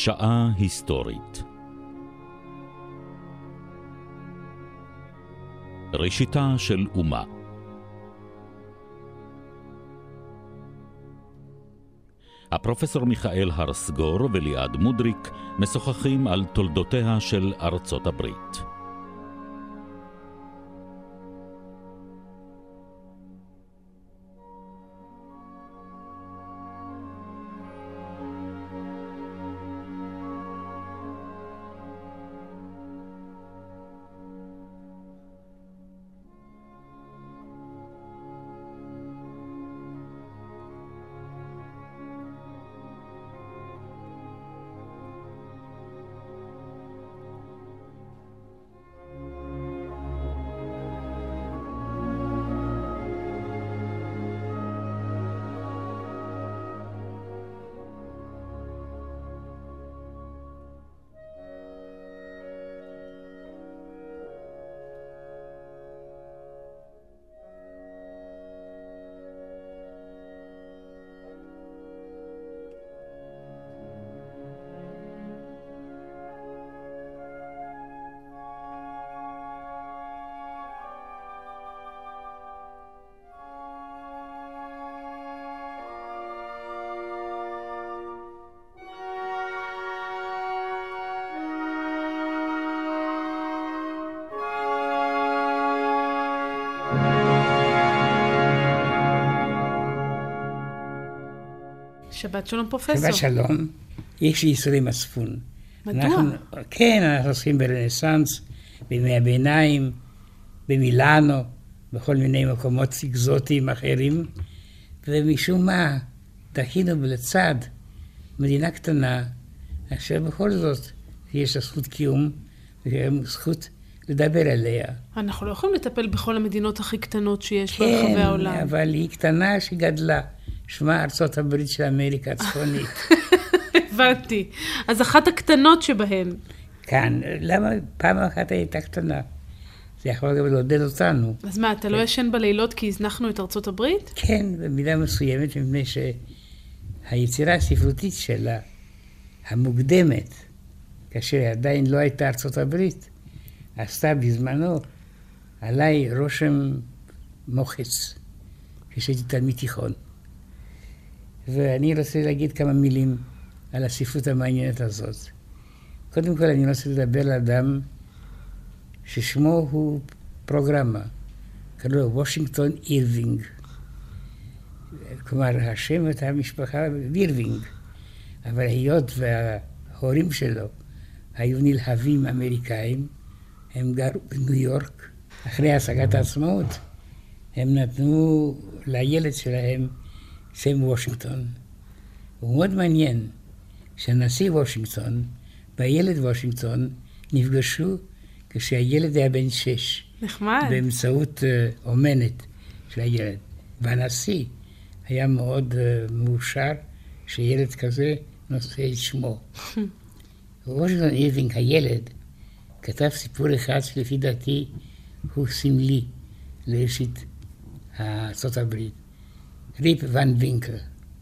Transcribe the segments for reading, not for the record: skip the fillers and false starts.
שעה היסטורית. ראשיתה של אומה. הפרופסור מיכאל הרסגור וליעד מודריק משוחחים על תולדותיה של ארצות הברית. שבת שלום פרופסור. שבת שלום. יש לי ייסורי מצפון. מדוע? אנחנו עושים ברנסנס, בימי הביניים, במילאנו, בכל מיני מקומות אקזוטיים אחרים, ומשום מה דחינו לצד מדינה קטנה, אשר בכל זאת יש לה זכות קיום, וזכות לדבר עליה. אנחנו לא יכולים לטפל בכל המדינות הכי קטנות שיש ברחבי העולם. כן, אבל היא קטנה שגדלה. שמה ארצות הברית של אמריקה הצפונית. הבנתי. אז אחת הקטנות שבהן. כאן, למה פעם אחת הייתה קטנה? זה יכול גם לעודד אותנו. אז מה, אתה לא ישן בלילות כי הזנחנו את ארצות הברית? כן, במידה מסוימת, מפני שהיצירה הספרותית שלה, המוקדמת, כאשר עדיין לא הייתה ארצות הברית, עשתה בזמנו עליי רושם מוחץ, כשהייתי תלמיד תיכון. ואני רוצה להגיד כמה מילים על הספרות המעניינת הזאת. קודם כל אני רוצה לדבר על אדם ששמו הוא פרוגרמה, קראו לו וושינגטון אירווינג. כלומר, השם את המשפחה אירווינג, אבל היות וההורים שלו היו נלהבים אמריקאים, הם גרו בניו יורק. אחרי השגת העצמאות, הם נתנו לילד שלהם שם וושינגטון. הוא מאוד מעניין שהנשיא וושינגטון והילד וושינגטון נפגשו כשהילד היה בן 6. נחמד. באמצעות אומנת של הילד. והנשיא היה מאוד מאושר שילד כזה נושא את שמו. וושינגטון אירווינג, הילד, כתב סיפור אחד שלפי דעתי הוא סמלי לראשית ארצות הברית. ריפ ון וינקל.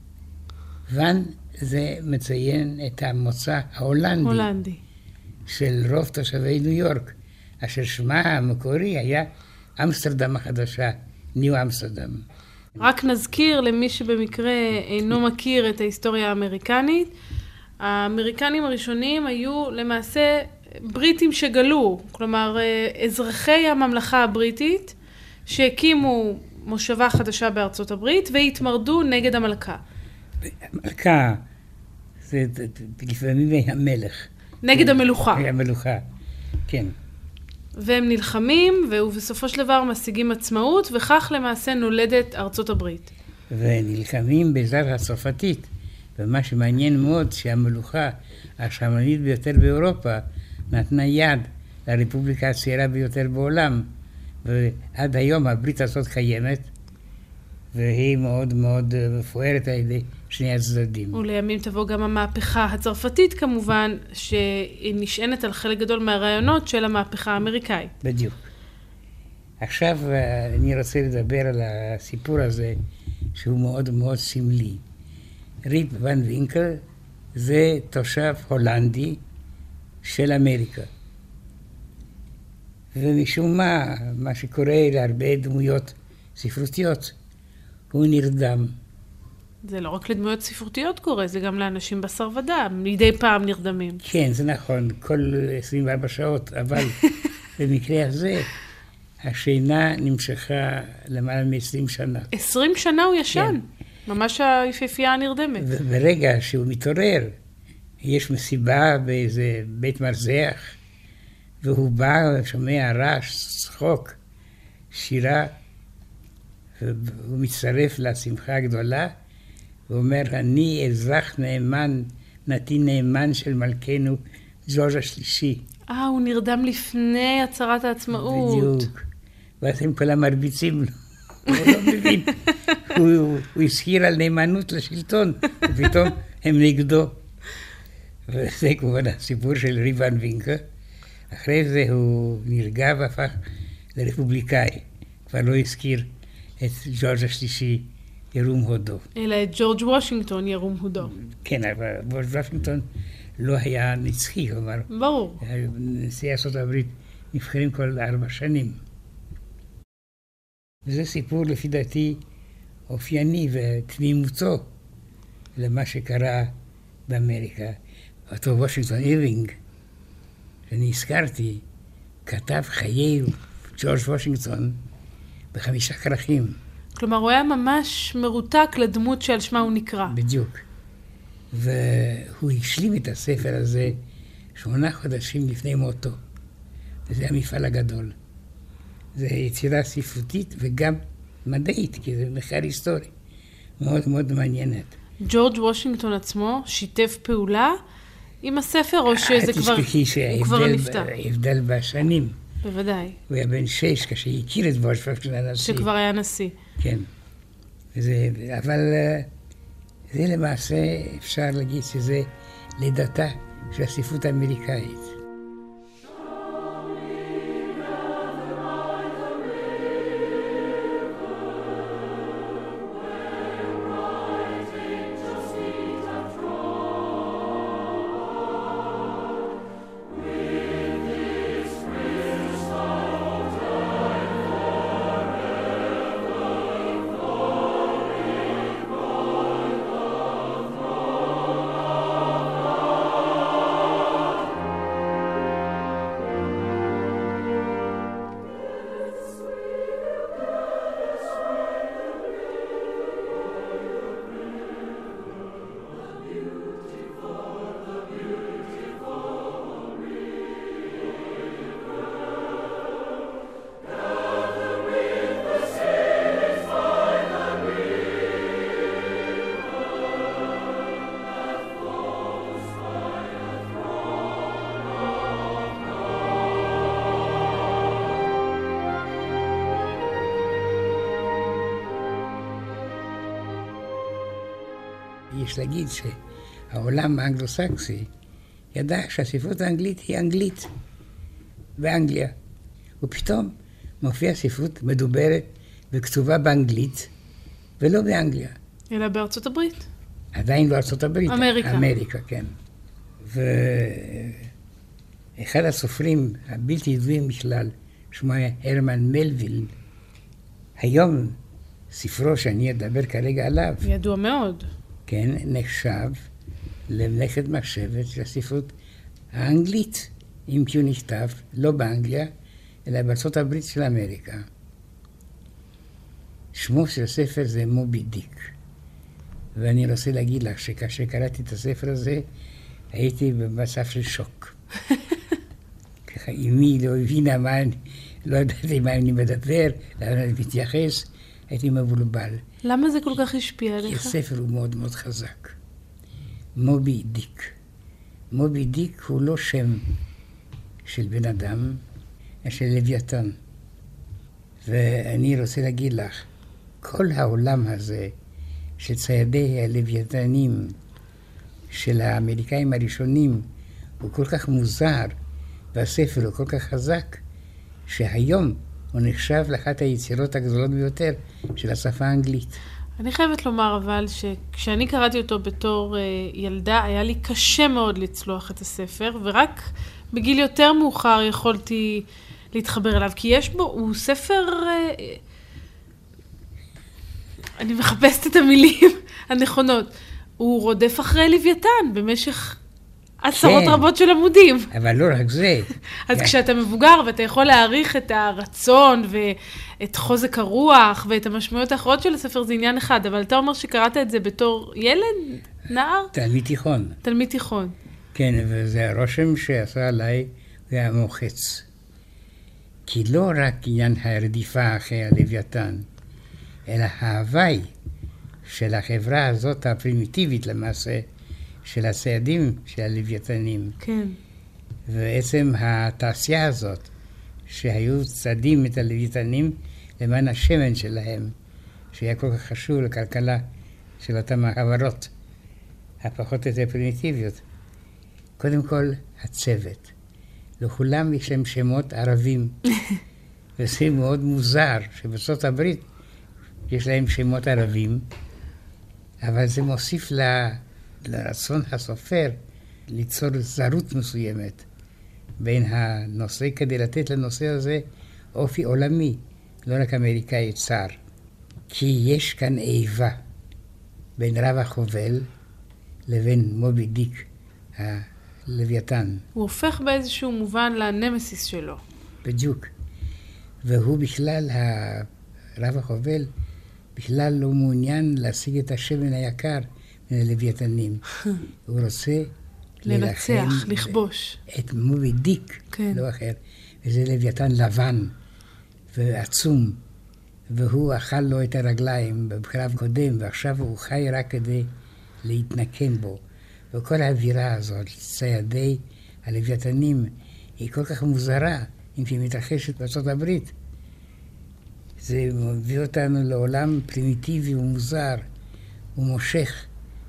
ון זה מציין את המוצא ההולנדי של רוב תושבי ניו יורק, אשר שמה המקורי היה אמסטרדם החדשה, ניו אמסטרדם. רק נזכיר למי שבמקרה אינו מכיר את ההיסטוריה האמריקנית, האמריקנים הראשונים היו למעשה בריטים שגלו, כלומר אזרחי הממלכה הבריטית שהקימו מושבה חדשה בארצות הברית והתמרדו נגד המלכה. המלכה זה לפעמים המלך. נגד המלוכה. המלוכה, כן. והם נלחמים ובסופו של דבר משיגים עצמאות, וכך למעשה נולדת ארצות הברית. ונלחמים בעזרת הצרפתית. ומה שמעניין מאוד שהמלוכה השמרנית ביותר באירופה נתנה יד לרפובליקה הצעירה ביותר בעולם. ועד היום הברית הזאת קיימת, והיא מאוד מאוד מפוארת על ידי שני הצדדים. ולימים תבוא גם המהפכה הצרפתית כמובן, שהיא נשענת על חלק גדול מהרעיונות של המהפכה האמריקאית. בדיוק. עכשיו אני רוצה לדבר על הסיפור הזה, שהוא מאוד מאוד סמלי. ריפ ון וינקל זה תושב הולנדי של אמריקה. ומשום מה שקורה להרבה דמויות ספרותיות, הוא נרדם. זה לא רק לדמויות ספרותיות קורה, זה גם לאנשים בשר ודם, מדי פעם נרדמים. כן, זה נכון, כל 24 שעות, אבל במקרה הזה, השינה נמשכה למעלה מ-20 שנה. 20 שנה הוא ישן, כן. ממש היפהפייה נרדמת. וברגע שהוא מתעורר, יש מסיבה באיזה בית מרזח, והוא בא ושומע רעש, צחוק, שירה, והוא מצטרף לשמחה הגדולה, הוא אומר, אני אזרח נאמן, נתין נאמן של מלכנו, ג'ורג' השלישי. הוא נרדם לפני הצהרת העצמאות. בדיוק. ואז הם כולם מרביצים לו. הוא לא מבין. הוא הזכיר על נאמנות לשלטון, ופתאום הם נגדו. וזה כמובן הסיפור של ריב ואן וינקה. אחרי זה הוא נרגע והפך לרפובליקאי. כבר לא הזכיר את ג'ורג' השלישי ירום הודו. אלא את ג'ורג' וושינגטון ירום הודו. כן, אבל ג'ורג' וושינגטון לא היה נצחי, כלומר. ברור. נשיאי ארצות הברית נבחרים כל 4 שנים. וזה סיפור לפי דעתי אופייני ותמימותו למה שקרה באמריקה. אותו וושינגטון אירווינג, שאני הזכרתי, כתב חיי ג'ורג' וושינגטון ב5 כרכים. כלומר, הוא היה ממש מרותק לדמות שעל שמה הוא נקרא. בדיוק. והוא השלים את הספר הזה 8 חודשים לפני מותו. וזה המפעל הגדול. זה יצירה ספרותית וגם מדעית, כי זה מחקר היסטורי. מאוד מאוד מעניינת. ג'ורג' וושינגטון עצמו שיתף פעולה עם הספר, או שזה כבר נפטר? הבדל בשנים. בוודאי. הוא היה בן 6 כשהכיר את וושינגטון הנשיא. שכבר היה נשיא. כן. אבל זה למעשה אפשר להגיד שזה לידתה של הספרות האמריקאית. יש להגיד שהעולם האנגלו-סקסי ידע שהספרות האנגלית היא אנגלית באנגליה. ופתאום מופיעה ספרות מדוברת וכתובה באנגלית ולא באנגליה. אלא בארצות הברית. עדיין לא ארצות הברית. אמריקה. אמריקה, כן. ואחד הסופרים הבלתי ידועים בכלל, שמו היה הרמן מלוויל, היום ספרו שאני אדבר כרגע עליו. ידוע מאוד. כן, נחשב למלאכת מחשבת של הספרות האנגלית, אם כי הוא נכתב לא באנגליה, אלא בארצות הברית של אמריקה. שמו של הספר זה מובי דיק. ואני רוצה להגיד לך שכאשר קראתי את הספר הזה, הייתי במצב של שוק. ככה, אמי לא הבינה לא ידעתי מה אני מדבר, למה אני מתייחס, הייתי מבולבל. למה זה כל כך השפיע עליך? הספר הוא מאוד מאוד חזק. מובי דיק. מובי דיק הוא לא שם של בן אדם, אלא של לוויתן. ואני רוצה להגיד לך, כל העולם הזה של ציידי הלוויתנים, של האמריקאים הראשונים, הוא כל כך מוזר, והספר הוא כל כך חזק, שהיום הוא נחשב לאחת היצירות הגדולות ביותר של השפה האנגלית. אני חייבת לומר אבל שכשאני קראתי אותו בתור ילדה, היה לי קשה מאוד לצלוח את הספר, ורק בגיל יותר מאוחר יכולתי להתחבר אליו, כי יש בו, הוא ספר, אני מחפשת את המילים הנכונות, הוא רודף אחרי לוויתן במשך עשרות רבות של עמודים. אבל לא רק זה. אז כשאתה מבוגר ואתה יכול להעריך את הרצון ואת חוזק הרוח ואת המשמעויות האחרות של הספר, זה עניין אחד. אבל אתה אומר שקראת את זה בתור ילד, נער? תלמיד תיכון. תלמיד תיכון. כן, וזה הרושם שעשה עליי, זה היה מוחץ. כי לא רק עניין הרדיפה אחרי הלוויתן, אלא ההוואי של החברה הזאת הפרימיטיבית למעשה, של הציידים של הלוויתנים. כן. ובעצם התעשייה הזאת, שהיו צדים את הלוויתנים למען השמן שלהם, שהיה כל כך חשוב לכלכלה של אותם החברות, הפחות יותר פרימיטיביות. קודם כל, הצוות. לכולם יש להם שמות ערבים. וזה מאוד מוזר שבארצות הברית יש להם שמות ערבים, אבל זה מוסיף לרצון הסופר ליצור זרות מסוימת בין הנושא, כדי לתת לנושא הזה אופי עולמי, לא רק אמריקאי צר. כי יש כאן איבה בין רב החובל לבין מובי דיק הלוויתן. הוא הופך באיזשהו מובן לנמסיס שלו. בדיוק. והוא בכלל, רב החובל, בכלל לא מעוניין להשיג את השמן היקר מן הלוויתנים. הוא רוצה לנצח, לכבוש. את מובי דיק, כן. לא אחר. וזה לוויתן לבן ועצום, והוא אכל לו את הרגליים בקרב קודם, ועכשיו הוא חי רק כדי להתנקם בו. וכל האווירה הזאת, ציידי הלוויתנים, היא כל כך מוזרה, אם היא מתרחשת בארצות הברית. זה מביא אותנו לעולם פרימיטיבי ומוזר, הוא מושך.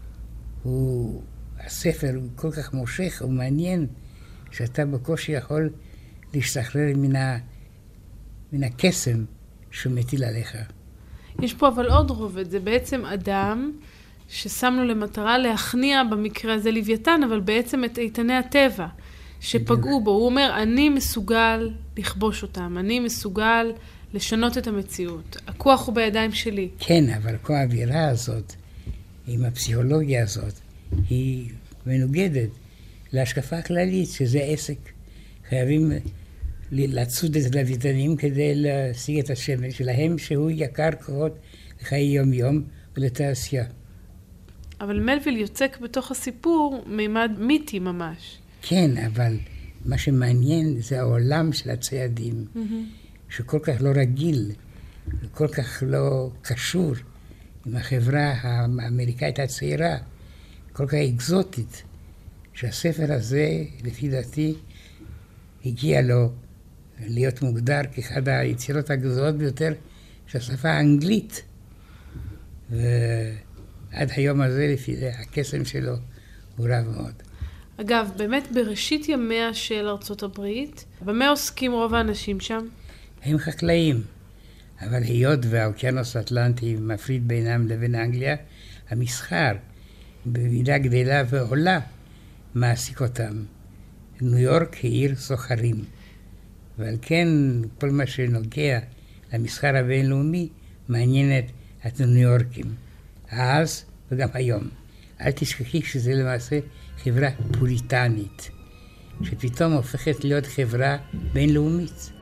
הספר הוא כל כך מושך ומעניין, שאתה בקושי יכול להשתחרר מן הקסם שמטיל עליך. יש פה אבל עוד רובד, זה בעצם אדם ששם לו למטרה להכניע במקרה הזה לוויתן, אבל בעצם את איתני הטבע שפגעו בו. הוא אומר, אני מסוגל לכבוש אותם, אני מסוגל לשנות את המציאות. הכוח הוא בידיים שלי. כן, אבל כל האווירה הזאת, עם הפסיכולוגיה הזאת, היא מנוגדת להשקפה הכללית, שזה עסק. חייבים לצוד את הלוויתנים כדי להשיג את השמן שלהם, שהוא יקר כוחות לחיי יום-יום ולתעשייה. אבל מלוויל יוצק בתוך הסיפור מימד מיתי ממש. כן, אבל מה שמעניין זה העולם של הציידים, שכל כך לא רגיל, וכל כך לא קשור עם החברה האמריקאית הצעירה, כל כך אקזוטית, שהספר הזה, לפי דעתי, הגיע לו להיות מוגדר כאחד היצירות הגדולות ביותר של השפה האנגלית. ועד היום הזה, לפי זה, הקסם שלו הוא רב מאוד. אגב, באמת בראשית ימיה של ארצות הברית, במה עוסקים רוב האנשים שם? הם חקלאים, אבל היות והאוקיינוס האטלנטי מפריד בינם לבין אנגליה, המסחר במידה גדלה ועולה מעסיק אותם. ניו יורק היא עיר סוחרים, ועל כן כל מה שנוגע למסחר הבינלאומי מעניינת את ניו יורקים, אז וגם היום. אל תשכחי שזה למעשה חברה פוריטנית, שפתאום הופכת להיות חברה בינלאומית.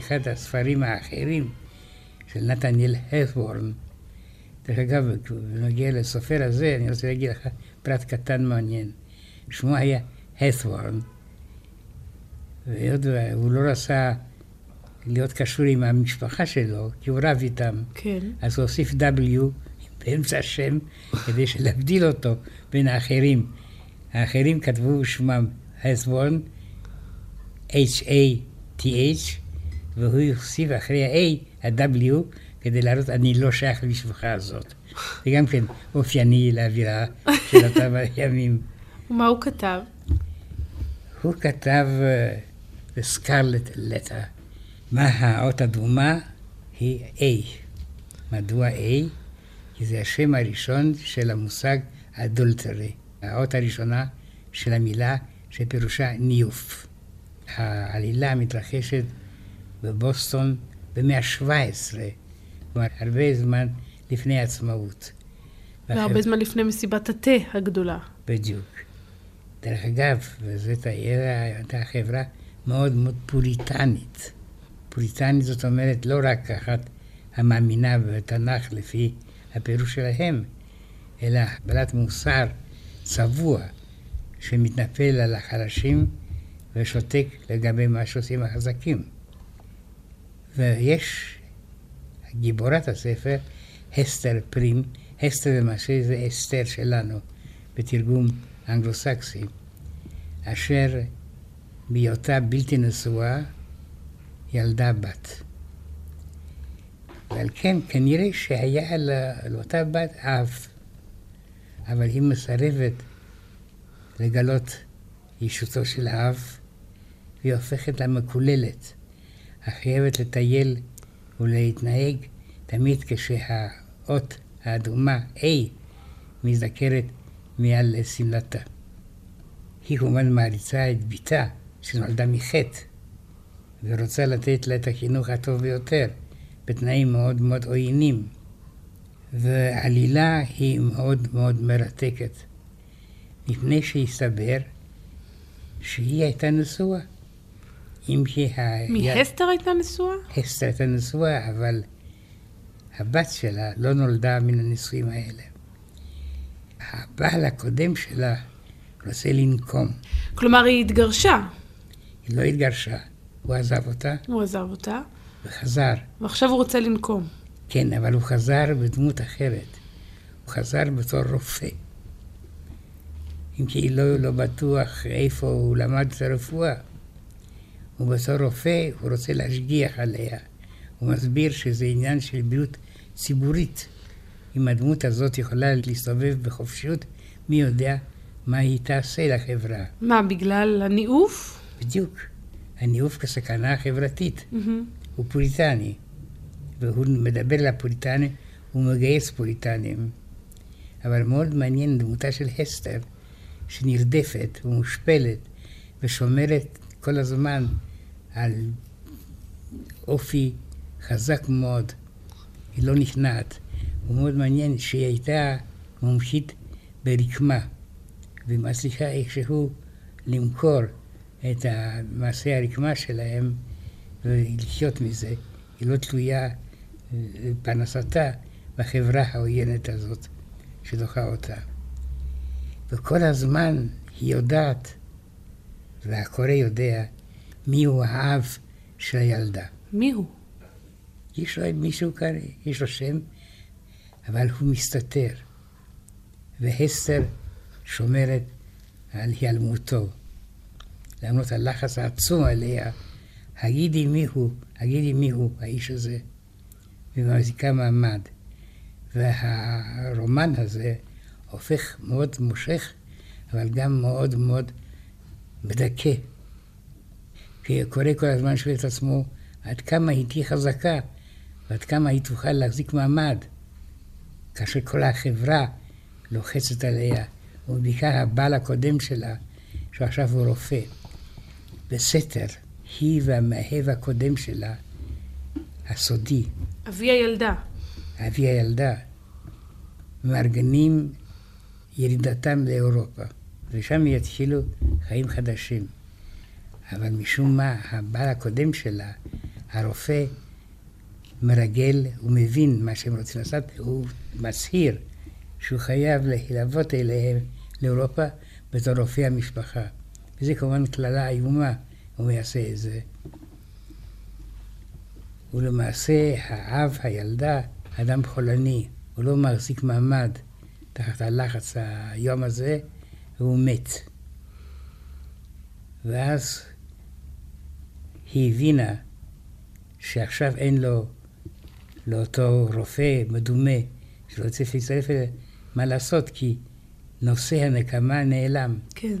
אחד הספרים האחרים של נתניאל הפבורן. דרך אגב, בנוגע לסופר הזה, אני רוצה להגיד לך פרט קטן מעניין. שמו היה הפבורן, והוא לא רצה להיות קשור עם המשפחה שלו, כי הוא רב איתם. כן. אז הוא הוסיף W באמצע השם, כדי להבדיל אותו בין האחרים. האחרים כתבו שמם הפבורן, H-A-T-H, והוא יוסיף אחרי ה-A, ה-W, כדי להראות, אני לא שייך למשפחה הזאת. זה גם כן אופייני לאווירה של אותם הימים. ומה הוא כתב? הוא כתב The Scarlet Letter. מה האות אדומה? היא A. מדוע A? כי זה השם הראשון של המושג adultery. האות הראשונה של המילה שפירושה ניוף. העלילה מתרחשת בבוסטון במאה ה-17, כלומר הרבה זמן לפני העצמאות. והרבה זמן לפני מסיבת התה הגדולה. בדיוק. דרך אגב, וזאת הייתה חברה מאוד מאוד פוריטנית. פוריטנית זאת אומרת לא רק אחת המאמינה בתנ"ך לפי הפירוש שלהם, אלא בעלת מוסר צבוע שמתנפל על החלשים ושותק לגבי מה שעושים החזקים. ויש גיבורת הספר, הסתר פרים, הסתר למעשה זה אסתר שלנו, בתרגום אנגלוסקסי, אשר בהיותה בלתי נשואה ילדה בת. ועל כן כנראה שהיה לאותה בת אב, אבל היא מסרבת לגלות ישותו של האב, והיא הופכת למקוללת, החייבת לטייל ולהתנהג תמיד כשהאות האדומה A מזדקרת מעל סמלתה. היא כמובן מעריצה את ביתה שנולדה מחטא, ורוצה לתת לה את החינוך הטוב ביותר, בתנאים מאוד מאוד עוינים. והעלילה היא מאוד מאוד מרתקת, מפני שהסתבר שהיא הייתה נשואה. מי הסתר הייתה נשואה? הסתר הייתה נשואה, אבל הבת שלה לא נולדה מן הנישואים האלה. הבעל הקודם שלה רוצה לנקום. כלומר, היא התגרשה. היא לא התגרשה, הוא עזב אותה. הוא עזב אותה. וחזר. ועכשיו הוא רוצה לנקום. כן, אבל הוא חזר בדמות אחרת. הוא חזר בתור רופא. אם כי לא בטוח איפה הוא למד את הרפואה. הוא בתור רופא, הוא רוצה להשגיח עליה. הוא מסביר שזה עניין של בריאות ציבורית. אם הדמות הזאת יכולה להסתובב בחופשיות, מי יודע מה היא תעשה לחברה. מה, בגלל הניאוף? בדיוק. הניאוף כסכנה חברתית. הוא פוריטני. והוא מדבר על הפוריטנים, הוא מגייס פוריטנים. אבל מאוד מעניין דמותה של הסתר, שנרדפת ומושפלת ושומרת כל הזמן על אופי חזק מאוד. היא לא נכנעת. הוא מאוד מעניין שהיא הייתה מומחית ברקמה, ומצליחה איכשהו למכור את מעשה הרקמה שלהם ולחיות מזה. היא לא תלויה פרנסתה בחברה העוינת הזאת שדוחה אותה. וכל הזמן היא יודעת, והקורא יודע, מי הוא האב של הילדה. מי הוא? יש לו מישהו כאן, יש לו שם, אבל הוא מסתתר. והסתר שומרת על היעלמותו. למרות הלחץ העצום עליה, הגידי מי הוא האיש הזה, ומחזיקה מעמד. והרומן הזה הופך מאוד מושך, אבל גם מאוד מאוד מדכא. כי קורא כל הזמן שואל את עצמו, עד כמה היא תהיה חזקה, ועד כמה היא תוכל להחזיק מעמד, כאשר כל החברה לוחצת עליה, ובעיקר הבעל הקודם שלה, שעכשיו הוא רופא. בסתר, היא והמאהב הקודם שלה, הסודי. אבי הילדה. אבי הילדה, מארגנים ירידתם לאירופה, ושם יתחילו חיים חדשים. אבל משום מה, הבעל הקודם שלה, הרופא מרגל, הוא מבין מה שהם רוצים לעשות, הוא מצהיר שהוא חייב ללוות אליהם לאירופה בתור רופא המשפחה. וזה כמובן כללה איומה, הוא יעשה את זה. ולמעשה האב, הילדה, אדם חולני, הוא לא מחזיק מעמד תחת הלחץ היום הזה, והוא מת. ואז היא הבינה שעכשיו אין לו, לאותו רופא מדומה שרוצה להצטרף אליה, מה לעשות, כי נושא הנקמה נעלם. כן.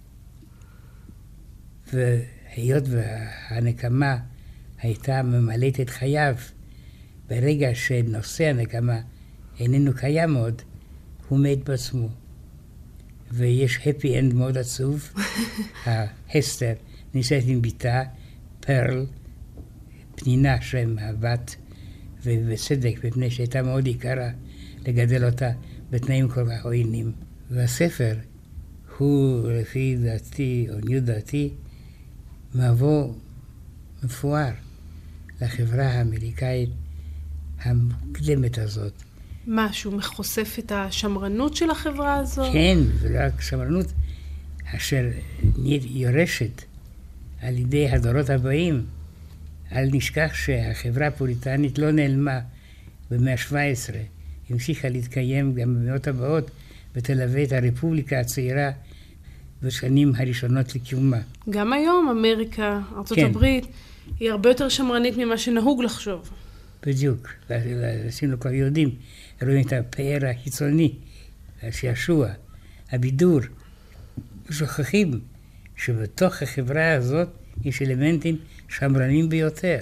והיות והנקמה הייתה ממלאת את חייו, ברגע שנושא הנקמה איננו קיים עוד, הוא מת בעצמו. ויש הפי אנד מאוד עצוב. ההסתר נישאת עם ביתה, פרל, פנינה שם הבת, ובצדק, מפני שהייתה מאוד יקרה לגדל אותה בתנאים כל כך עוינים. והספר הוא, לפי דעתי, או עניות דעתי, מבוא מפואר לחברה האמריקאית המוקדמת הזאת. משהו מחושף את השמרנות של החברה הזו? כן, ולא רק שמרנות, אשר יורשת על ידי הדורות הבאים. אל נשכח שהחברה הפוליטנית לא נעלמה במאה ה-17, המשיכה להתקיים גם במאות הבאות, ותלווה את הרפובליקה הצעירה בשנים הראשונות לקיומה. גם היום אמריקה, ארצות כן. הברית, היא הרבה יותר שמרנית ממה שנהוג לחשוב. בדיוק, ועשינו כבר יודעים, רואים את הפאר החיצוני, השעשוע, הבידור, ושוכחים שבתוך החברה הזאת יש אלמנטים שמרנים ביותר.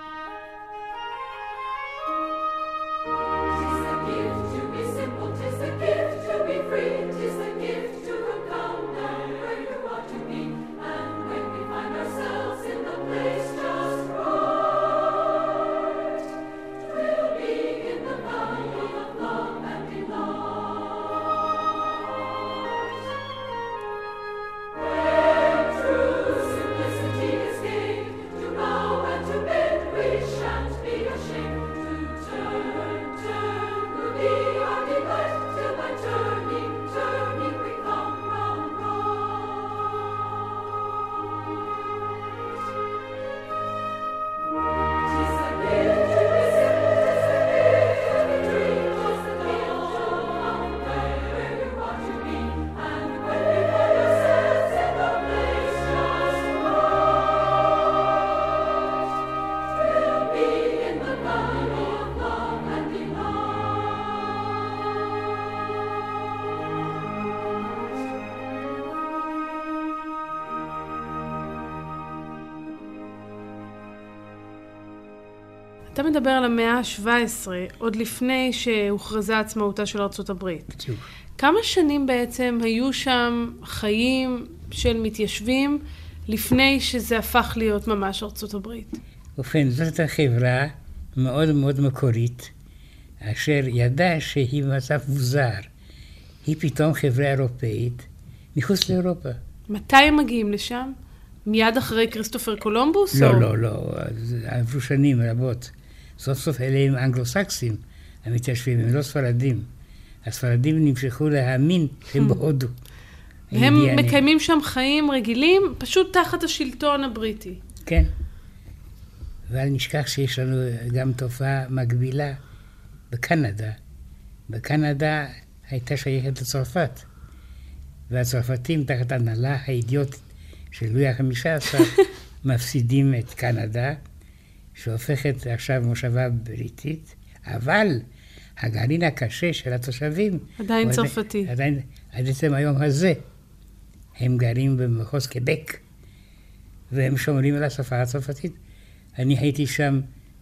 אתה מדבר על המאה ה-17, עוד לפני שהוכרזה עצמאותה של ארצות הברית. בדיוק. כמה שנים בעצם היו שם חיים של מתיישבים לפני שזה הפך להיות ממש ארצות הברית? ובכן, זאת הייתה חברה מאוד מאוד מקורית, אשר ידעה שהיא במצב מוזר. היא פתאום חברה אירופאית מחוץ לאירופה. מתי הם מגיעים לשם? מיד אחרי כריסטופר קולומבוס? לא, עברו שנים רבות. סוף סוף אלה הם אנגלו-סקסים המתיישבים, הם לא ספרדים. הספרדים נמשכו להאמין שהם בהודו. הם מקיימים שם חיים רגילים, פשוט תחת השלטון הבריטי. כן. אבל נשכח שיש לנו גם תופעה מקבילה בקנדה. בקנדה הייתה שייכת לצרפת. והצרפתים תחת הנהלה האידיוטית של לואי ה-15 מפסידים את קנדה, שהופכת עכשיו מושבה בריטית, אבל הגרעין הקשה של התושבים עדיין צרפתי. עדיין, עד עצם היום הזה, הם גרים במחוז קבק, והם שומרים על השפה הצרפתית. אני הייתי שם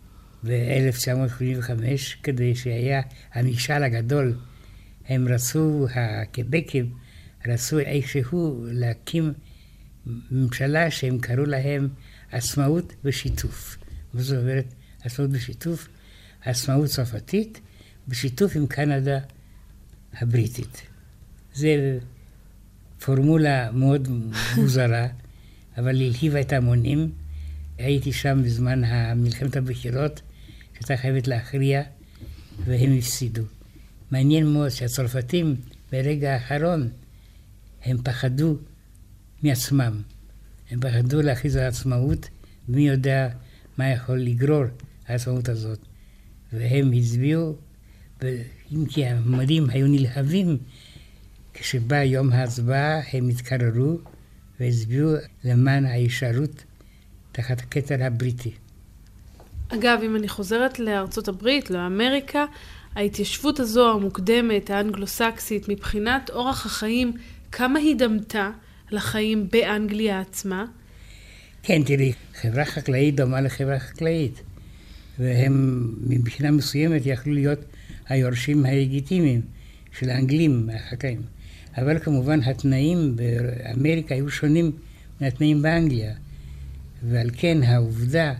ב-1985, כדי שהיה המשאל הגדול. הם רצו, הקבקים, רצו איכשהו להקים ממשלה שהם קראו להם עצמאות ושיתוף. וזאת אומרת, עצמאות בשיתוף, עצמאות צרפתית, בשיתוף עם קנדה הבריטית. זה פורמולה מאוד מוזרה, אבל הלהיבה את ההמונים, הייתי שם בזמן מלחמת הבחירות, שהייתה חייבת להכריע, והם הפסידו. מעניין מאוד שהצרפתים ברגע האחרון הם פחדו מעצמם. הם פחדו להכריז על עצמאות, ומי יודע מה יכול לגרור העצמאות הזאת. והם הצביעו, ואם כי המועמדים היו נלהבים, כשבא יום ההצבעה הם התקררו והצביעו למען ההישארות תחת הכתר הבריטי. אגב, אם אני חוזרת לארצות הברית, לאמריקה, ההתיישבות הזו המוקדמת, האנגלוסקסית, מבחינת אורח החיים, כמה היא דמתה לחיים באנגליה עצמה? כן, תראי, חברה חקלאית דומה לחברה חקלאית, והם מבחינה מסוימת יכלו להיות היורשים הלגיטימיים של האנגלים החקלאים. אבל כמובן התנאים באמריקה היו שונים מהתנאים באנגליה, ועל כן העובדה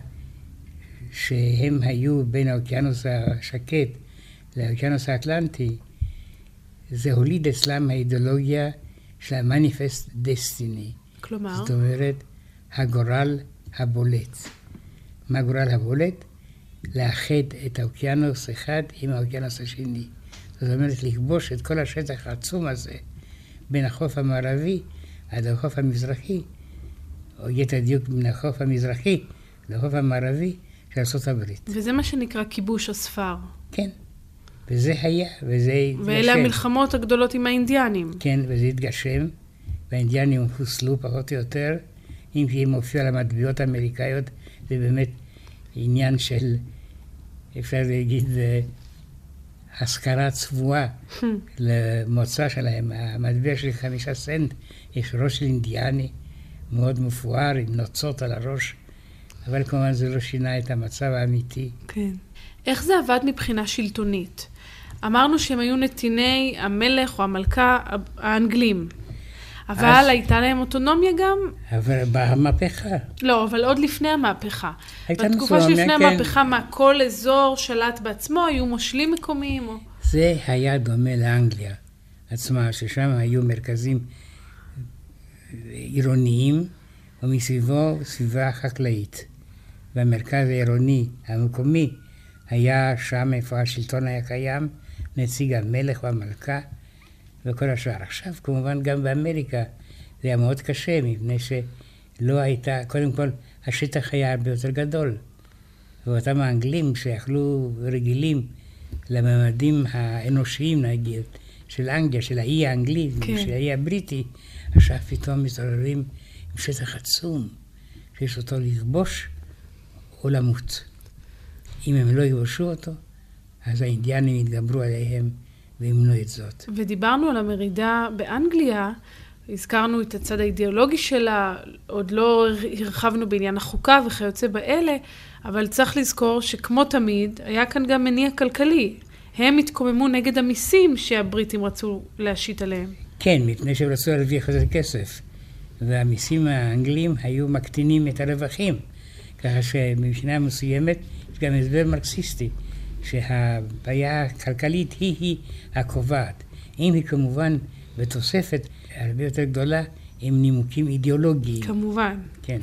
שהם היו בין האוקיינוס השקט לאוקיינוס האטלנטי, זה הוליד אצלם האידיאולוגיה של המניפסט דסטיני. כלומר? זאת אומרת, הגורל הבולט. מה הגורל הבולט? לאחד את האוקיינוס אחד עם האוקיינוס השני. זאת אומרת, לכבוש את כל השטח העצום הזה, בין החוף המערבי עד החוף המזרחי, או יתר דיוק בין החוף המזרחי לחוף המערבי של ארצות הברית. וזה מה שנקרא כיבוש הספר. כן, וזה היה, וזה התגשם. ואלה המלחמות הגדולות עם האינדיאנים. כן, וזה התגשם, והאינדיאנים חוסלו פחות או יותר, אם כי הם הופיעו על המטבעות האמריקאיות, זה באמת עניין של, אפשר להגיד, השכרה צבועה למוצא שלהם. המטבע של 5 סנט, יש ראש של אינדיאני מאוד מפואר, עם נוצות על הראש, אבל כמובן זה לא שינה את המצב האמיתי. כן. איך זה עבד מבחינה שלטונית? אמרנו שהם היו נתיני המלך או המלכה האנגלים. אבל הייתה להם אוטונומיה גם? אבל במהפכה. לא, אבל עוד לפני המהפכה. בתקופה שלפני המהפכה, מה, כל אזור שלט בעצמו, היו מושלים מקומיים? או... זה היה דומה לאנגליה עצמה, ששם היו מרכזים עירוניים, ומסביבו סביבה חקלאית. והמרכז העירוני המקומי היה שם איפה השלטון היה קיים, נציג המלך והמלכה וכל השאר. עכשיו, כמובן, גם באמריקה זה היה מאוד קשה, מפני שלא הייתה, קודם כל, השטח היה הרבה יותר גדול. ואותם האנגלים שיכלו רגילים לממדים האנושיים, נגיד, של אנגליה, של האי האנגלי, כן. של האי הבריטי, עכשיו פתאום מתעוררים עם שטח עצום, שיש אותו לכבוש או למות. אם הם לא יכבשו אותו, אז האינדיאנים יתגברו עליהם וימנו את זאת. ודיברנו על המרידה באנגליה, הזכרנו את הצד האידיאולוגי שלה, עוד לא הרחבנו בעניין החוקה וכיוצא באלה, אבל צריך לזכור שכמו תמיד, היה כאן גם מניע כלכלי. הם התקוממו נגד המיסים שהבריטים רצו להשית עליהם. כן, מפני שהם רצו להרוויח יותר כסף. והמיסים האנגלים היו מקטינים את הרווחים. ככה שמבחינה מסוימת יש גם הסבר מרקסיסטי, שהבעיה הכלכלית היא הקובעת. אם היא כמובן בתוספת הרבה יותר גדולה עם נימוקים אידיאולוגיים. כמובן. כן.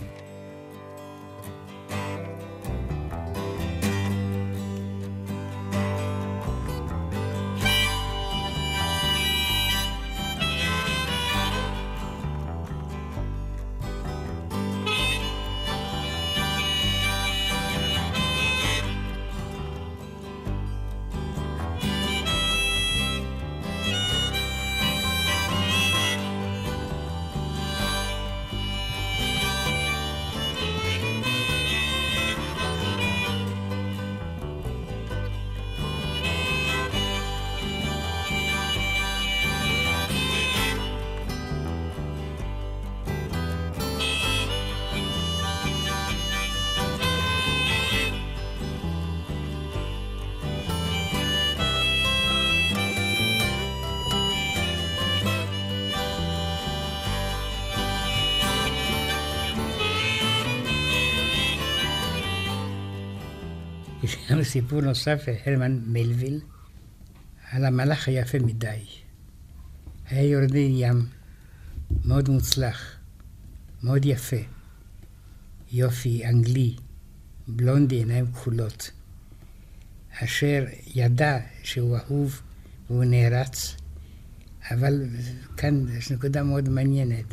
יש לנו סיפור נוסף של הרמן מלוויל על המלאך היפה מדי. היה יורדי ים מאוד מוצלח, מאוד יפה, יופי אנגלי, בלונדי, עיניים כחולות, אשר ידע שהוא אהוב והוא נערץ, אבל כאן יש נקודה מאוד מעניינת.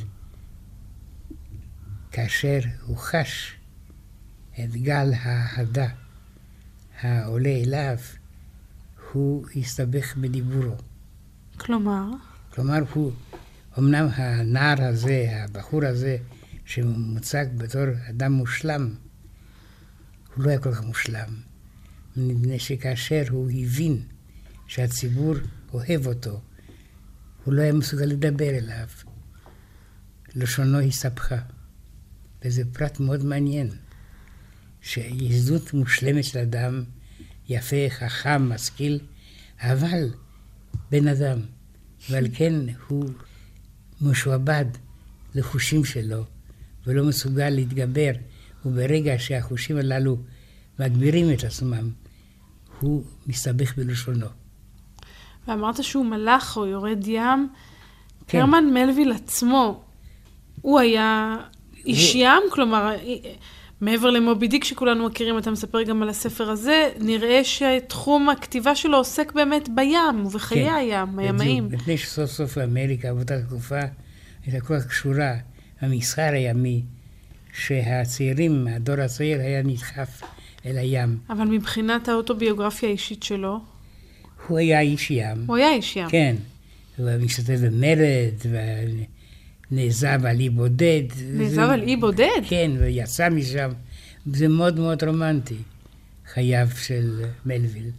כאשר הוא חש את גל האהדה העולה אליו, הוא הסתבך בדיבורו. כלומר, הוא, אמנם הנער הזה, הבחור הזה, שמוצג בתור אדם מושלם, הוא לא היה כל כך מושלם. מפני שכאשר הוא הבין שהציבור אוהב אותו, הוא לא היה מסוגל לדבר אליו. לשונו הסתבכה. וזה פרט מאוד מעניין, שיש דמות מושלמת של אדם, יפה, חכם, משכיל, אבל בן אדם, ועל כן הוא משועבד לחושים שלו, ולא מסוגל להתגבר, וברגע שהחושים הללו מגבירים את עצמם, הוא מסתבך בלשונו. ואמרת שהוא מלאך או יורד ים. כן. הרמן מלוויל עצמו, הוא היה איש ים, כלומר, מעבר למובי דיק שכולנו מכירים, אתה מספר גם על הספר הזה, נראה שתחום הכתיבה שלו עוסק באמת בים ובחיי כן, הים, הימאים. מפני שסוף סוף אמריקה, באותה תקופה, הייתה כל כך קשורה, המסחר הימי, שהצעירים, הדור הצעיר היה נדחף אל הים. אבל מבחינת האוטוביוגרפיה האישית שלו, הוא היה איש ים. הוא היה איש ים. כן, הוא משתתף במרד, ונעזב על אי בודד. נעזב על אי בודד? כן, ויצא משם. זה מאוד מאוד רומנטי, חייו של מלוויל.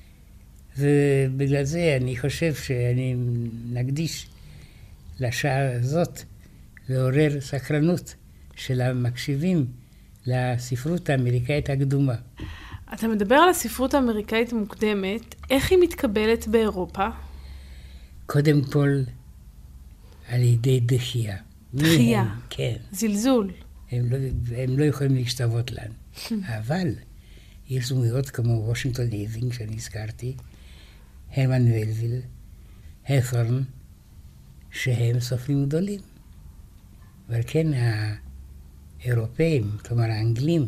ובגלל זה אני חושב שאני נקדיש לשעה הזאת לעורר סקרנות של המקשיבים לספרות האמריקאית הקדומה. אתה מדבר על הספרות האמריקאית המוקדמת, איך היא מתקבלת באירופה? קודם כל, על ידי דחייה. דחייה? כן. זלזול. הם לא יכולים להשתוות לנו. אבל יש דמויות כמו וושינגטון אירווינג, שאני הזכרתי, הרמן מלוויל, הפרן, שהם סופרים גדולים. אבל כן, האירופאים, כלומר האנגלים,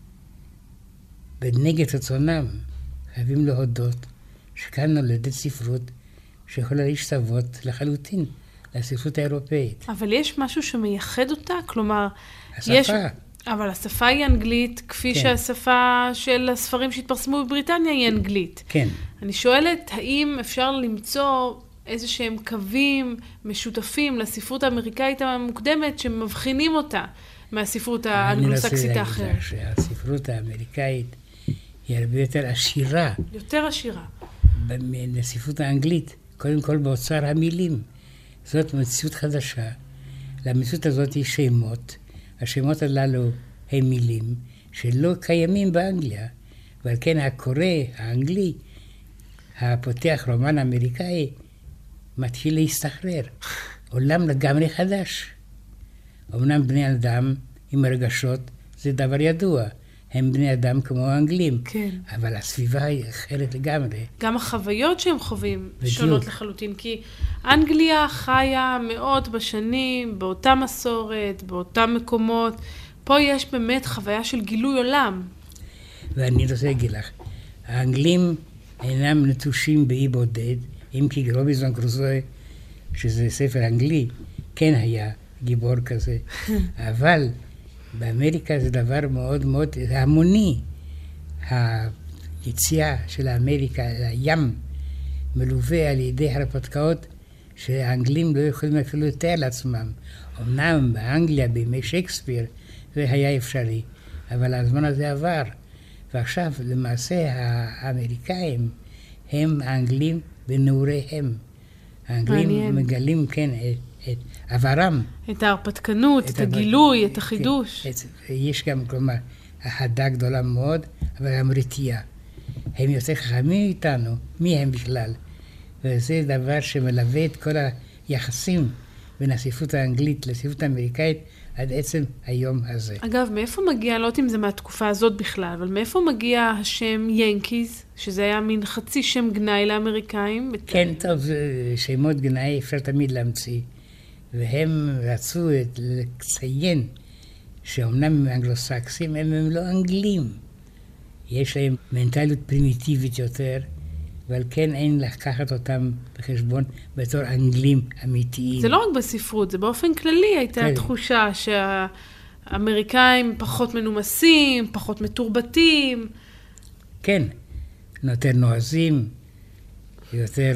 בנגד רצונם, חייבים להודות שכאן נולדת ספרות שיכולה להשתוות לחלוטין לספרות האירופאית. אבל יש משהו שמייחד אותה? כלומר, השפה. אבל השפה היא אנגלית, כפי כן. שהשפה של הספרים שהתפרסמו בבריטניה היא אנגלית. כן. אני שואלת, האם אפשר למצוא איזה שהם קווים משותפים לספרות האמריקאית המוקדמת שמבחינים אותה מהספרות האנגלוסקסית האחרת? אני רוצה להגיד לך שהספרות האמריקאית היא הרבה יותר עשירה. יותר עשירה. לספרות האנגלית, קודם כל באוצר המילים. זאת מציאות חדשה. למציאות הזאת יש שמות. השמות הללו הם מילים שלא קיימים באנגליה. ועל כן הקורא האנגלי, הפותח רומן אמריקאי, מתחיל להסתחרר. עולם לגמרי חדש. אמנם בני אדם עם רגשות זה דבר ידוע. הם בני אדם כמו האנגלים. כן. אבל הסביבה היא אחרת לגמרי. גם החוויות שהם חווים בדיוק. שונות לחלוטין, כי אנגליה חיה מאות בשנים, באותה מסורת, באותם מקומות. פה יש באמת חוויה של גילוי עולם. ואני רוצה להגיד לך, האנגלים אינם נטושים באי בודד, אם כי רובינזון קרוזו, שזה ספר אנגלי, כן היה גיבור כזה. אבל באמריקה זה דבר מאוד מאוד המוני. היציאה של אמריקה לים מלווה על ידי הרפתקאות שהאנגלים לא יכולים אפילו לתאר לעצמם. אמנם באנגליה בימי שייקספיר זה היה אפשרי, אבל הזמן הזה עבר. ועכשיו למעשה האמריקאים הם האנגלים בנעוריהם. האנגלים מגלים כן את עברם. את ההרפתקנות, את הגילוי, את החידוש. יש גם, כלומר, אהדה גדולה מאוד, אבל גם רתיעה. הם יותר חכמים איתנו, מי הם בכלל? וזה דבר שמלווה את כל היחסים בין הספרות האנגלית לספרות האמריקאית עד עצם היום הזה. אגב, מאיפה מגיע, לא יודעת אם זה מהתקופה הזאת בכלל, אבל מאיפה מגיע השם ינקיז, שזה היה מין חצי שם גנאי לאמריקאים? כן, טוב, שמות גנאי אפשר תמיד להמציא. והם רצו לציין שאומנם הם אנגלוסקסים, הם לא אנגלים. יש להם מנטליות פרימיטיבית יותר, אבל כן אין לקחת אותם בחשבון בתור אנגלים אמיתיים. זה לא רק בספרות, זה באופן כללי הייתה כן. תחושה שהאמריקאים פחות מנומסים, פחות מתורבתים. כן, יותר נועזים, יותר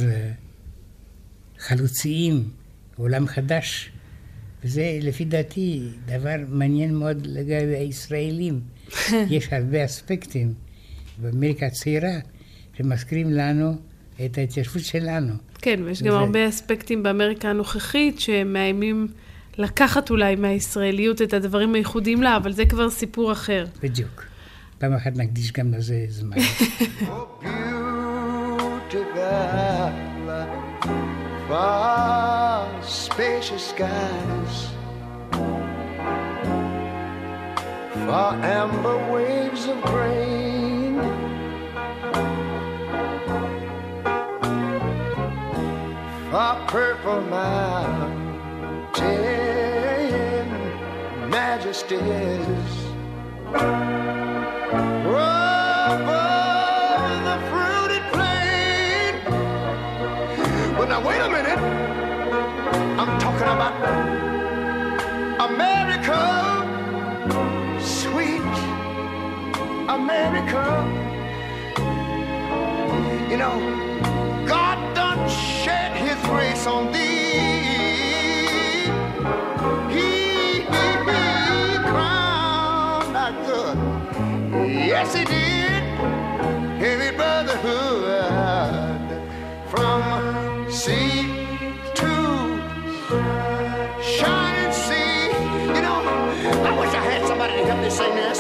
חלוציים, עולם חדש. וזה לפי דעתי דבר מעניין מאוד לגבי הישראלים. יש הרבה אספקטים באמריקה הצעירה שמזכירים לנו את ההתיישבות שלנו. כן, ויש גם הרבה אספקטים באמריקה הנוכחית שמאיימים לקחת אולי מהישראליות את הדברים הייחודיים לה, אבל זה כבר סיפור אחר. בדיוק. פעם אחת נקדיש גם לזה זמן. Far spacious skies, far amber waves of grain, far purple mountain majesties, above the fruited plain. But now wait a minute, I'm talking about America, sweet America. You know, God done shed his grace on thee. He crowned our good. Yes, he did. Heavy brotherhood from sea to shining sea. You know, I wish I had somebody to help me sing this.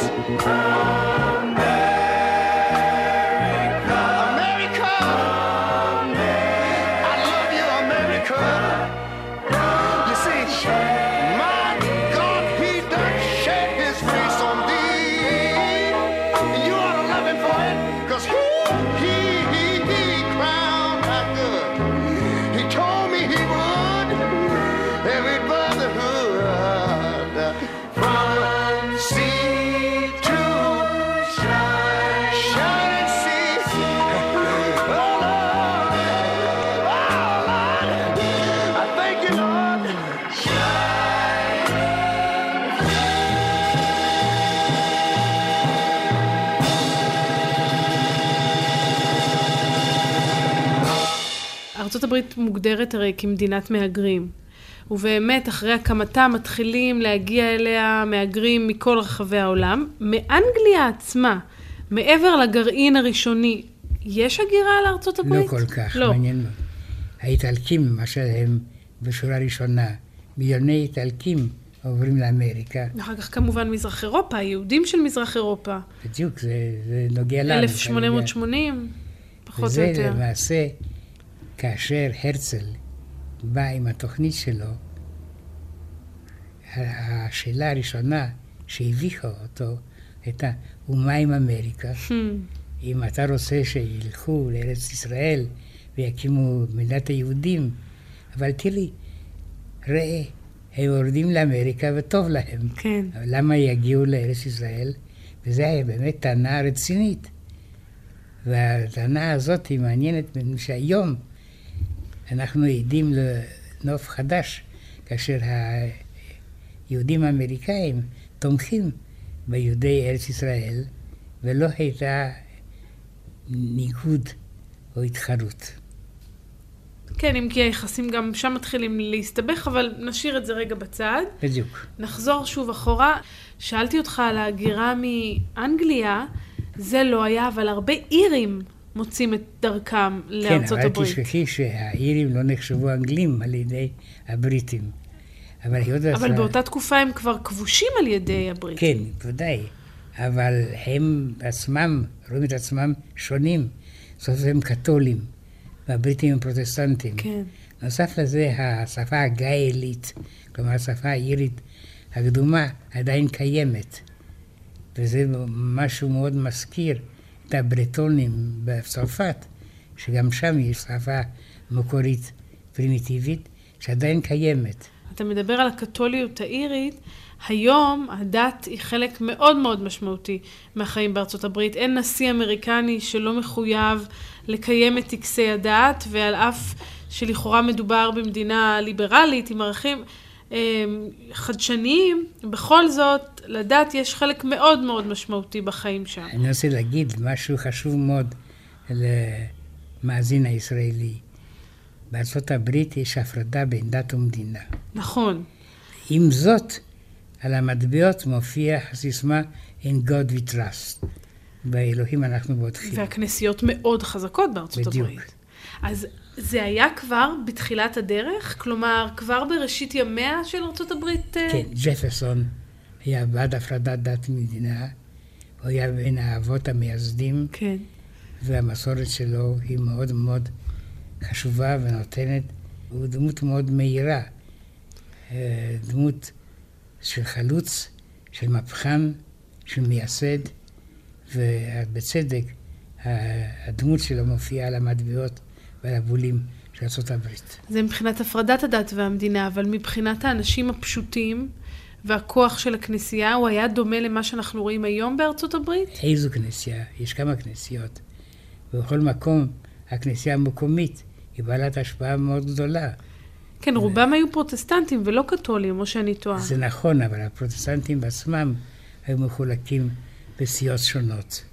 America, I love you, America. You see, my God, he done shed his face on thee. And you ought to love him for it, 'cause he crowned our good. He told me he would. Every brotherhood from sea to shining sea. Oh Lord, I thank you, Lord. ארצות הברית מוגדרת הרי כמדינת מהגרים, ובאמת אחרי הקמתה מתחילים להגיע אליה מהגרים מכל רחבי העולם. מאנגליה עצמה, מעבר לגרעין הראשוני, יש הגירה לארצות הברית? לא כל כך, לא. מעניין מאוד. האיטלקים, למשל, הם בשורה ראשונה. מיליוני איטלקים עוברים לאמריקה. אחר כך כמובן מזרח אירופה, היהודים של מזרח אירופה. בדיוק, זה נוגע לנו. 1880, פחות או וזה יותר. למעשה, כאשר הרצל בא עם התוכנית שלו, השאלה הראשונה שהביכה אותו הייתה, ומה עם אמריקה? אם אתה רוצה שילכו לארץ ישראל ויקימו מדינת היהודים, אבל תראי, ראה, הם יורדים לאמריקה וטוב להם. כן. למה יגיעו לארץ ישראל? וזה היה באמת טענה רצינית. והטענה הזאת היא מעניינת, שהיום אנחנו עדים לנוף חדש, כאשר היהודים האמריקאים תומכים ביהודי ארץ ישראל, ולא הייתה ניגוד או התחרות. כן, אם כי היחסים גם שם מתחילים להסתבך, אבל נשאיר את זה רגע בצד. בדיוק. נחזור שוב אחורה. שאלתי אותך על ההגירה מאנגליה, זה לא היה, אבל הרבה אירים מוצאים את דרכם לארצות כן, הברית. אבל תשכחי שהאירים לא נחשבו אנגלים על ידי הבריטים. אבל באותה תקופה הם כבר כבושים על ידי הבריטים. כן, ודאי. אבל הם עצמם, רואים את עצמם שונים. זאת אומרת, הם קתולים, והבריטים הם פרוטסטנטים. כן. נוסף לזה, השפה הגאלית, כלומר השפה האירית הקדומה, עדיין קיימת. וזה משהו מאוד מזכיר את הברטונים בצרפת, שגם שם יש שפה מקורית פרימיטיבית, שעדיין קיימת. אתה מדבר על הקתוליות האירית, היום הדת היא חלק מאוד מאוד משמעותי מהחיים בארצות הברית. אין נשיא אמריקני שלא מחויב לקיים את טקסי הדת, ועל אף שלכאורה מדובר במדינה ליברלית עם ערכים חדשניים, בכל זאת לדת יש חלק מאוד מאוד משמעותי בחיים שם. אני רוצה להגיד משהו חשוב מאוד למאזין הישראלי. בארצות הברית יש הפרדה בין דת ומדינה. נכון. עם זאת, על המטבעות מופיע הסיסמה In God we trust. באלוהים אנחנו בוטחים. והכנסיות מאוד חזקות בארצות בדיוק. הברית. אז זה היה כבר בתחילת הדרך? כלומר, כבר בראשית ימיה של ארצות הברית? כן, ג'פרסון היה בעד הפרדת דת ומדינה. הוא היה בין האבות המייסדים. כן. והמסורת שלו היא מאוד מאוד חשובה ונותנת. הוא דמות מאוד מהירה. דמות של חלוץ, של מהפכן, של מייסד, ובצדק הדמות שלו מופיעה על המטבעות ועל הבולים של ארצות הברית. זה מבחינת הפרדת הדת והמדינה, אבל מבחינת האנשים הפשוטים והכוח של הכנסייה, הוא היה דומה למה שאנחנו רואים היום בארצות הברית? איזו כנסייה? יש כמה כנסיות. ובכל מקום הכנסייה המקומית היא בעלת השפעה מאוד גדולה. כן, רובם היו פרוטסטנטים ולא קתולים, או שאני טועה. זה נכון, אבל הפרוטסטנטים בעצמם היו מחולקים בסיעות שונות.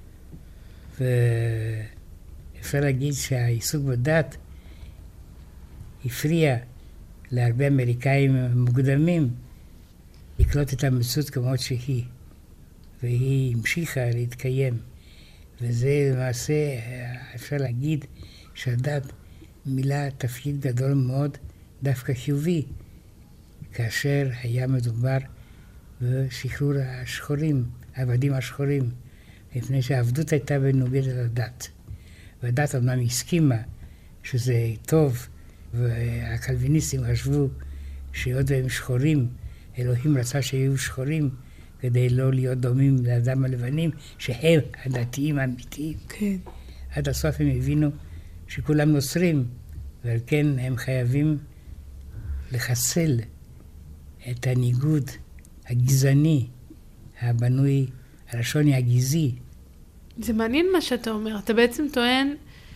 ואפשר להגיד שהעיסוק בדת הפריע להרבה אמריקאים מוקדמים לקלוט את המציאות כמות שהיא, והיא המשיכה להתקיים. וזה למעשה, אפשר להגיד שהדת מילא תפקיד גדול מאוד, דווקא חיובי, כאשר היה מדובר בשחרור השחורים, העבדים השחורים, לפני שהעבדות הייתה בנוגד לדת. והדת אמנם הסכימה שזה טוב, והקלוויניסטים חשבו שהיות והם שחורים, אלוהים רצה שיהיו שחורים, כדי לא להיות דומים לאדם הלבנים, שהם הדתיים האמיתיים. כן. עד הסוף הם הבינו שכולם נוצרים, ועל כן הם חייבים לחסל את הניגוד הגזעני, הבנוי על השוני הגזעי. זה מעניין מה שאתה אומר. אתה בעצם טוען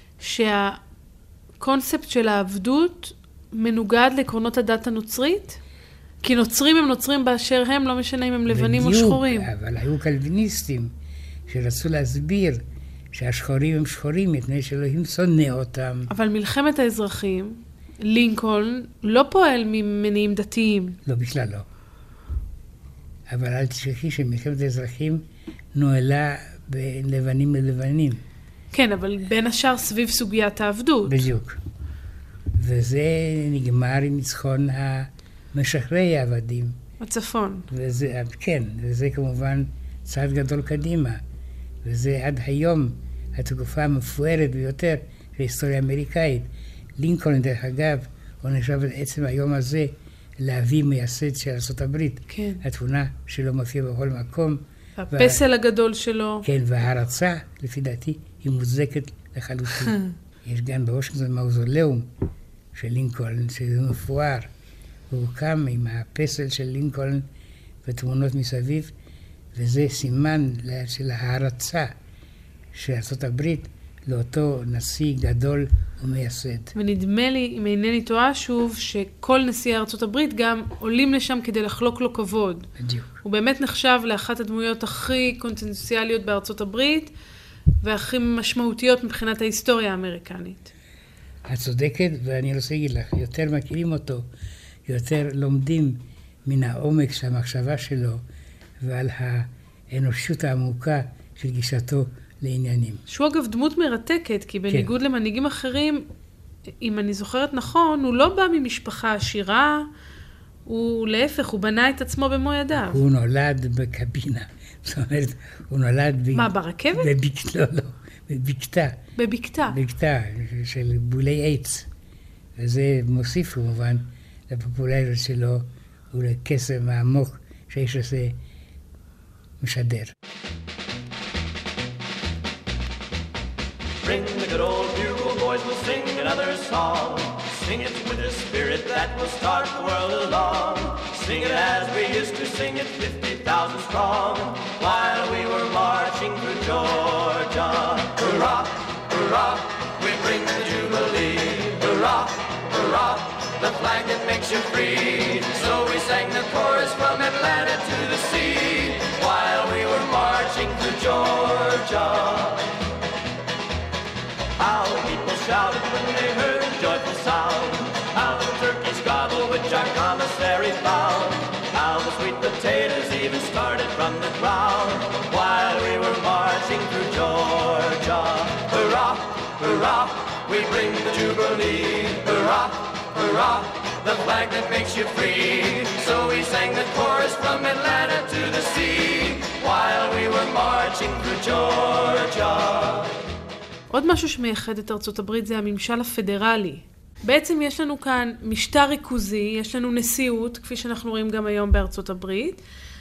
שהקונספט של העבדות מנוגד לעקרונות הדת הנוצרית? כי נוצרים הם נוצרים באשר הם, לא משנה אם הם לבנים או שחורים. בדיוק, אבל היו קלוויניסטים שרצו להסביר שהשחורים הם שחורים, מפני שאלוהים שונא אותם. אבל מלחמת האזרחים, לינקולן לא פועל ממניעים דתיים. לא, בכלל לא. אבל אל תשכחי שמלחמת האזרחים נועלה בין לבנים ללבנים. כן, אבל בין השאר סביב סוגיית העבדות. בדיוק. וזה נגמר עם ניצחון משחררי העבדים. הצפון. וזה, כן, וזה כמובן צעד גדול קדימה. וזה עד היום התקופה המפוארת ביותר של ההיסטוריה האמריקאית. לינקולן, דרך אגב, הוא נחשב עצם היום הזה לאבי מייסד של ארצות הברית. כן. התמונה שלו מופיעה בכל מקום. הפסל הגדול שלו. כן, וההרצה, לפי דעתי, היא מוצדקת לחלוטין. יש גם בוושינגטון מאוזוליאום של לינקולן, שזה מפואר. הוא קם עם הפסל של לינקולן ותמונות מסביב, וזה סימן של ההרצה של ארצות הברית לאותו נשיא גדול ומייסד. ונדמה לי, אם אינני טועה שוב, שכל נשיא ארצות הברית גם עולים לשם כדי לחלוק לו כבוד. בדיוק. הוא באמת נחשב לאחת הדמויות הכי קונטנציאליות בארצות הברית, והכי משמעותיות מבחינת ההיסטוריה האמריקנית. את צודקת, ואני רוצה להגיד לך, יותר מכירים אותו, יותר לומדים מן העומק של המחשבה שלו, ועל האנושות העמוקה של גישתו לעניינים. שהוא אגב דמות מרתקת, כי בניגוד כן. למנהיגים אחרים, אם אני זוכרת נכון, הוא לא בא ממשפחה עשירה, הוא להפך, הוא בנה את עצמו במו ידיו. הוא נולד בקבינה. זאת אומרת, הוא נולד... מה, ברכבת? לא, בבקתה. בבקתה. בבקתה של בולי עץ. וזה מוסיף כמובן לפופולריות שלו ולקסם העמוק שיש לזה משדר. Bring the good old bugle boys, we'll sing another song. Sing it with a spirit that will start the world along. Sing it as we used to sing it, 50,000 strong, while we were marching through Georgia. Hurrah, hurrah, we bring the Jubilee. Hurrah, hurrah, the flag that makes you free. So we sang the chorus from Atlanta to the sea, while we were marching through Georgia. How the people shouted when they heard the joyful sound. How the turkeys gobbled which our commissary found. How the sweet potatoes even started from the ground, while we were marching through Georgia. Hurrah, hurrah, we bring the Jubilee. Hurrah, hurrah, the flag that makes you free. So we sang the chorus from Atlanta to the sea, while we were marching through Georgia. עוד משהו שמייחד את ארצות הברית זה הממשל הפדרלי. בעצם יש לנו כאן משטר ריכוזי, יש לנו נשיאות, כפי שאנחנו רואים גם היום בארצות הברית,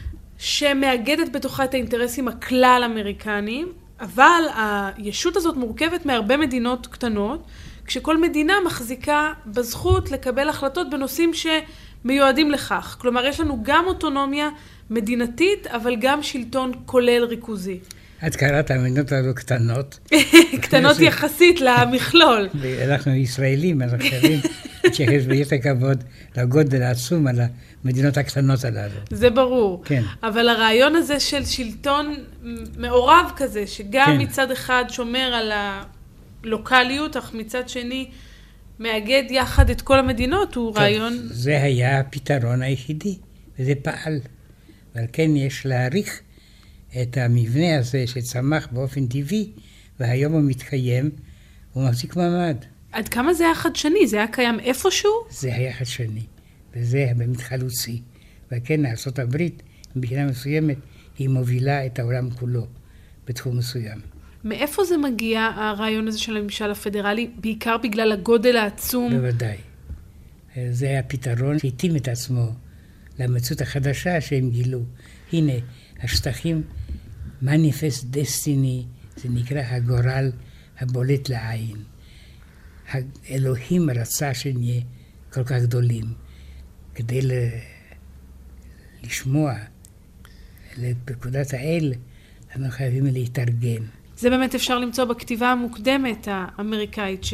שמאגדת בתוכה את האינטרסים הכלל אמריקניים, אבל הישות הזאת מורכבת מהרבה מדינות קטנות, כשכל מדינה מחזיקה בזכות לקבל החלטות בנושאים שמיועדים לכך. כלומר, יש לנו גם אוטונומיה מדינתית, אבל גם שלטון כולל ריכוזי. את קראת המדינות האלו קטנות. קטנות יחסית למכלול. אנחנו ישראלים, אנחנו חייבים להתייחס ביתר כבוד לגודל העצום על המדינות הקטנות הללו. זה ברור. כן. אבל הרעיון הזה של שלטון מעורב כזה, שגם מצד אחד שומר על הלוקליות, אך מצד שני מאגד יחד את כל המדינות, הוא רעיון... זה היה הפתרון היחידי, וזה פעל. אבל כן יש להעריך את המבנה הזה שצמח באופן טבעי, והיום הוא מתקיים, הוא מחזיק מעמד. עד כמה זה היה חדשני? זה היה קיים איפשהו? זה היה חדשני, וזה היה באמת חלוצי. וכן, ארצות הברית, מבחינה מסוימת, היא מובילה את העולם כולו בתחום מסוים. מאיפה זה מגיע, הרעיון הזה של הממשל הפדרלי? בעיקר בגלל הגודל העצום? בוודאי. זה היה פתרון שהתאים את עצמו למציאות החדשה שהם גילו. הנה, השטחים, מניפסט דסטיני, זה נקרא הגורל הבולט לעין. האלוהים רצה שנהיה כל כך גדולים. כדי לשמוע לפקודת האל, אנחנו חייבים להתארגן. זה באמת אפשר למצוא בכתיבה המוקדמת האמריקאית,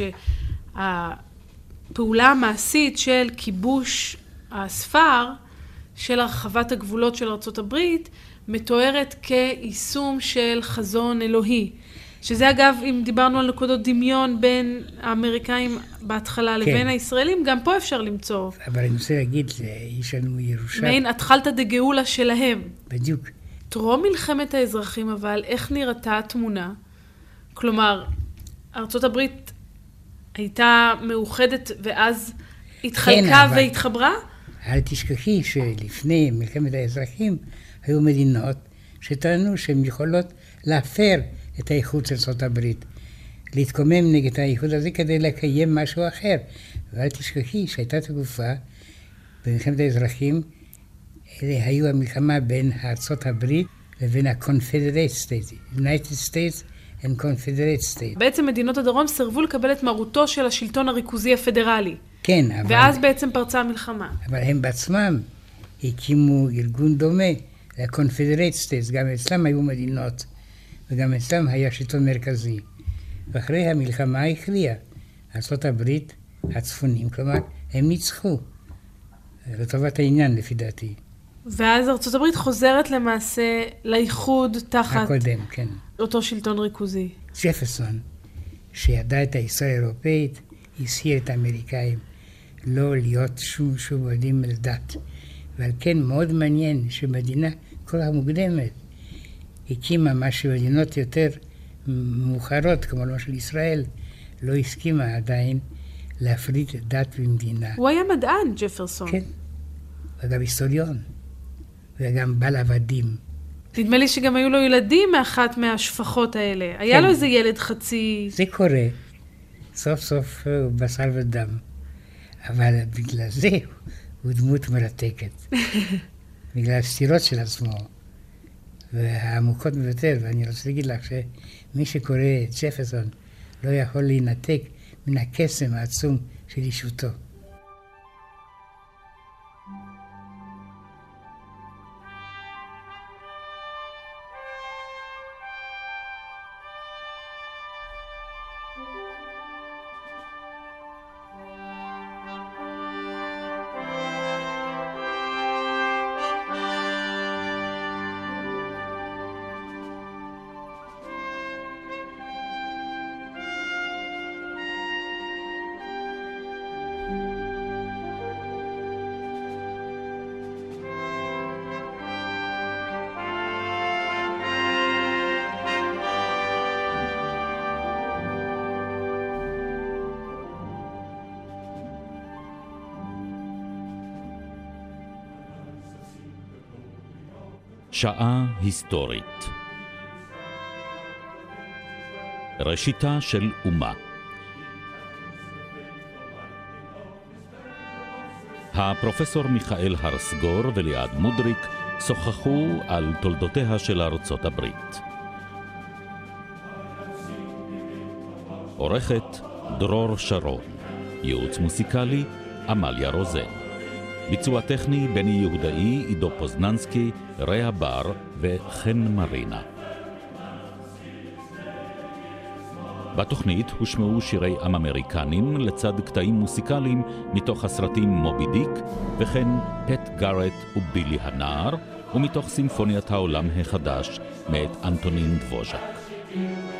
שהפעולה המעשית של כיבוש הספר, של הרחבת הגבולות של ארצות הברית, מתוארת כיישום של חזון אלוהי. שזה אגב, אם דיברנו על נקודות דמיון בין האמריקאים בהתחלה לבין הישראלים, גם פה אפשר למצוא. אבל אני רוצה להגיד, יש לנו ירושה. מעין התחלתא דגאולה שלהם. בדיוק. טרום מלחמת האזרחים, אבל איך נראתה התמונה? כלומר, ארצות הברית הייתה מאוחדת ואז התחלקה והתחברה? אל תשכחי שלפני מלחמת האזרחים היו מדינות שטענו שהן יכולות להפר את האיחוד של ארצות הברית, להתקומם נגד האיחוד הזה כדי לקיים משהו אחר. ואל תשכחי שהייתה תקופה במלחמת האזרחים, אלה היו המלחמה בין ארצות הברית לבין ה-Confederate States, United States and Confederate States. בעצם מדינות הדרום סירבו לקבל את מרותו של השלטון הריכוזי הפדרלי. כן, אבל... ואז בעצם פרצה המלחמה. אבל הם בעצמם הקימו ארגון דומה ל-Confederate States, גם אצלם היו מדינות, וגם אצלם היה שלטון מרכזי. ואחרי המלחמה הכריעה, ארצות הברית, הצפונים, כלומר, הם ניצחו. לטובת העניין, לפי דעתי. ואז ארצות הברית חוזרת למעשה לאיחוד תחת... הקודם, כן. אותו שלטון ריכוזי. ג'פרסון, שידע את ההיסטוריה האירופאית, הסיר את האמריקאים לא להיות שום עובדים לדת. ועל כן מאוד מעניין שמדינה כל המוקדמת הקימה מה שמדינות יותר מאוחרות, כמו למשל ישראל, לא הסכימה עדיין להפריד דת ומדינה. הוא היה מדען, ג'פרסון. כן, וגם היסטוריון, וגם בעל עבדים. נדמה לי שגם היו לו ילדים מאחת מהשפחות האלה. היה כן. לו איזה ילד חצי... זה קורה. סוף סוף הוא בשר ודם. אבל בגלל זה הוא דמות מרתקת. בגלל הסתירות של עצמו. והעמוקות ביותר. ואני רוצה להגיד לך שמי שקורא את ג'פרסון לא יכול להינתק מן הקסם העצום של אישותו. שעה היסטורית. ראשיתה של אומה. הפרופסור מיכאל הרסגור וליעד מודריק שוחחו על תולדותיה של ארצות הברית. עורכת דרור שרון, ייעוץ מוסיקלי עמליה רוזן, ביצוע טכני בני יהודאי, עידו פוזננסקי, ריאה בר וחן מרינה. בתוכנית הושמעו שירי עם אמריקנים לצד קטעים מוסיקליים מתוך הסרטים מובי דיק וכן פט גארט ובילי הנער ומתוך סימפוניית העולם החדש מאת אנטונין דבוז'ק.